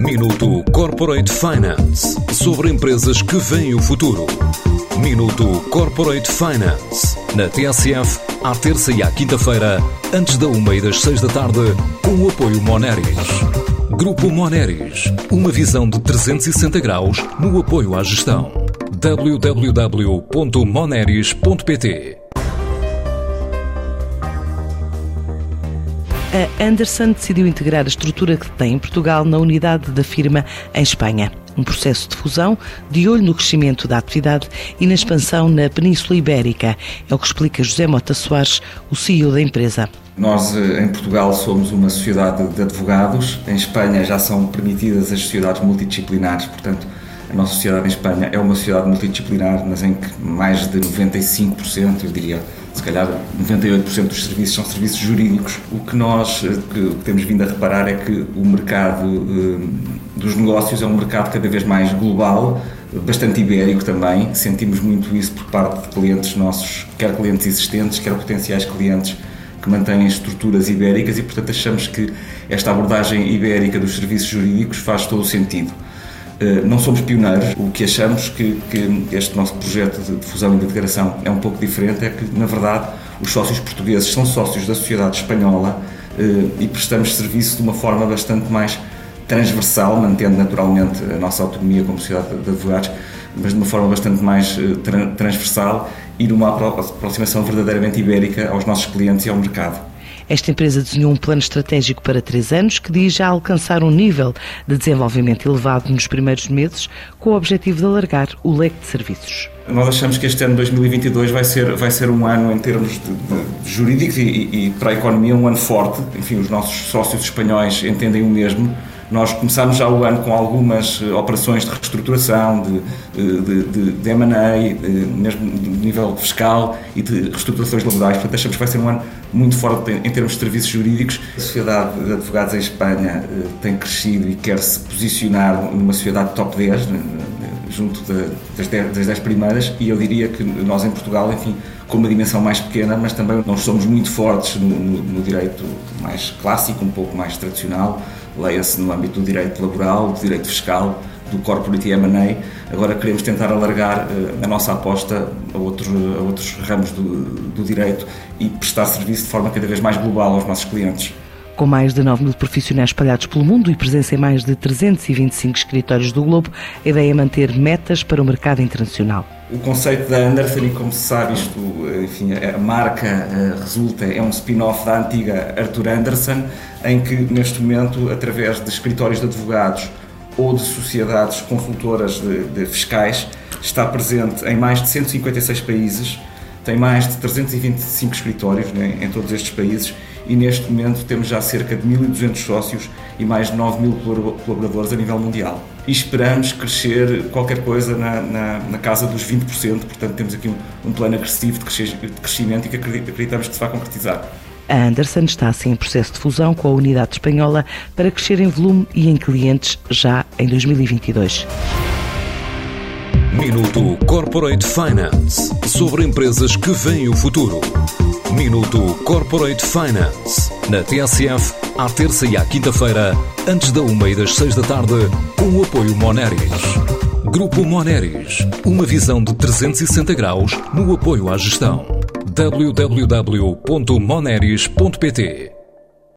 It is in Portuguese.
Minuto Corporate Finance, sobre empresas que veem o futuro. Minuto Corporate Finance, na TSF, à terça e à quinta-feira, antes da 1 e das 6 da tarde, com o apoio Moneris. Grupo Moneris, uma visão de 360 graus no apoio à gestão. www.moneris.pt. A Anderson decidiu integrar a estrutura que tem em Portugal na unidade da firma em Espanha. Um processo de fusão de olho no crescimento da atividade e na expansão na Península Ibérica. É o que explica José Mota Soares, o CEO da empresa. Nós, em Portugal, somos uma sociedade de advogados. Em Espanha já são permitidas as sociedades multidisciplinares, portanto, a nossa sociedade em Espanha é uma sociedade multidisciplinar, mas em que mais de 95%, eu diria, se calhar 98% dos serviços são serviços jurídicos. O que nós temos vindo a reparar é que o mercado dos negócios é um mercado cada vez mais global, bastante ibérico também. Sentimos muito isso por parte de clientes nossos, quer clientes existentes, quer potenciais clientes que mantêm estruturas ibéricas e, portanto, achamos que esta abordagem ibérica dos serviços jurídicos faz todo o sentido. Não somos pioneiros, o que achamos que este nosso projeto de fusão e de integração é um pouco diferente, é que, na verdade, os sócios portugueses são sócios da sociedade espanhola e prestamos serviço de uma forma bastante mais transversal, mantendo naturalmente a nossa autonomia como sociedade de advogados, mas de uma forma bastante mais transversal e numa aproximação verdadeiramente ibérica aos nossos clientes e ao mercado. Esta empresa desenhou um plano estratégico para 3 anos que diz já alcançar um nível de desenvolvimento elevado nos primeiros meses, com o objetivo de alargar o leque de serviços. Nós achamos que este ano 2022 vai ser um ano em termos de jurídicos e para a economia um ano forte. Enfim, os nossos sócios espanhóis entendem o mesmo. Nós começámos já o ano com algumas operações de reestruturação, de M&A, mesmo de nível fiscal e de reestruturações laborais. Portanto, achamos que vai ser um ano muito forte em termos de serviços jurídicos. A Sociedade de Advogados em Espanha tem crescido e quer se posicionar numa sociedade top 10, junto das 10 primeiras, e eu diria que nós em Portugal, enfim, com uma dimensão mais pequena, mas também nós somos muito fortes no direito mais clássico, um pouco mais tradicional, leia-se no âmbito do direito laboral, do direito fiscal, do corporate e M&A. Agora queremos tentar alargar a nossa aposta a outros ramos do direito e prestar serviço de forma cada vez mais global aos nossos clientes. Com mais de 9.000 profissionais espalhados pelo mundo e presença em mais de 325 escritórios do globo, a ideia é manter metas para o mercado internacional. O conceito da Anderson, e como se sabe, enfim, a marca é um spin-off da antiga Arthur Andersen, em que neste momento, através de escritórios de advogados ou de sociedades consultoras de fiscais, está presente em mais de 156 países, tem mais de 325 escritórios, né, em todos estes países, e neste momento temos já cerca de 1.200 sócios e mais de 9.000 colaboradores a nível mundial. E esperamos crescer qualquer coisa na casa dos 20%, portanto temos aqui um plano agressivo de crescimento e que acreditamos que se vai concretizar. A Anderson está assim em processo de fusão com a unidade espanhola para crescer em volume e em clientes já em 2022. Minuto Corporate Finance, sobre empresas que veem o futuro. Minuto Corporate Finance, na TSF, à terça e à quinta-feira, antes da 1 e das 6 da tarde, com o apoio Moneris. Grupo Moneris, uma visão de 360 graus no apoio à gestão. www.moneris.pt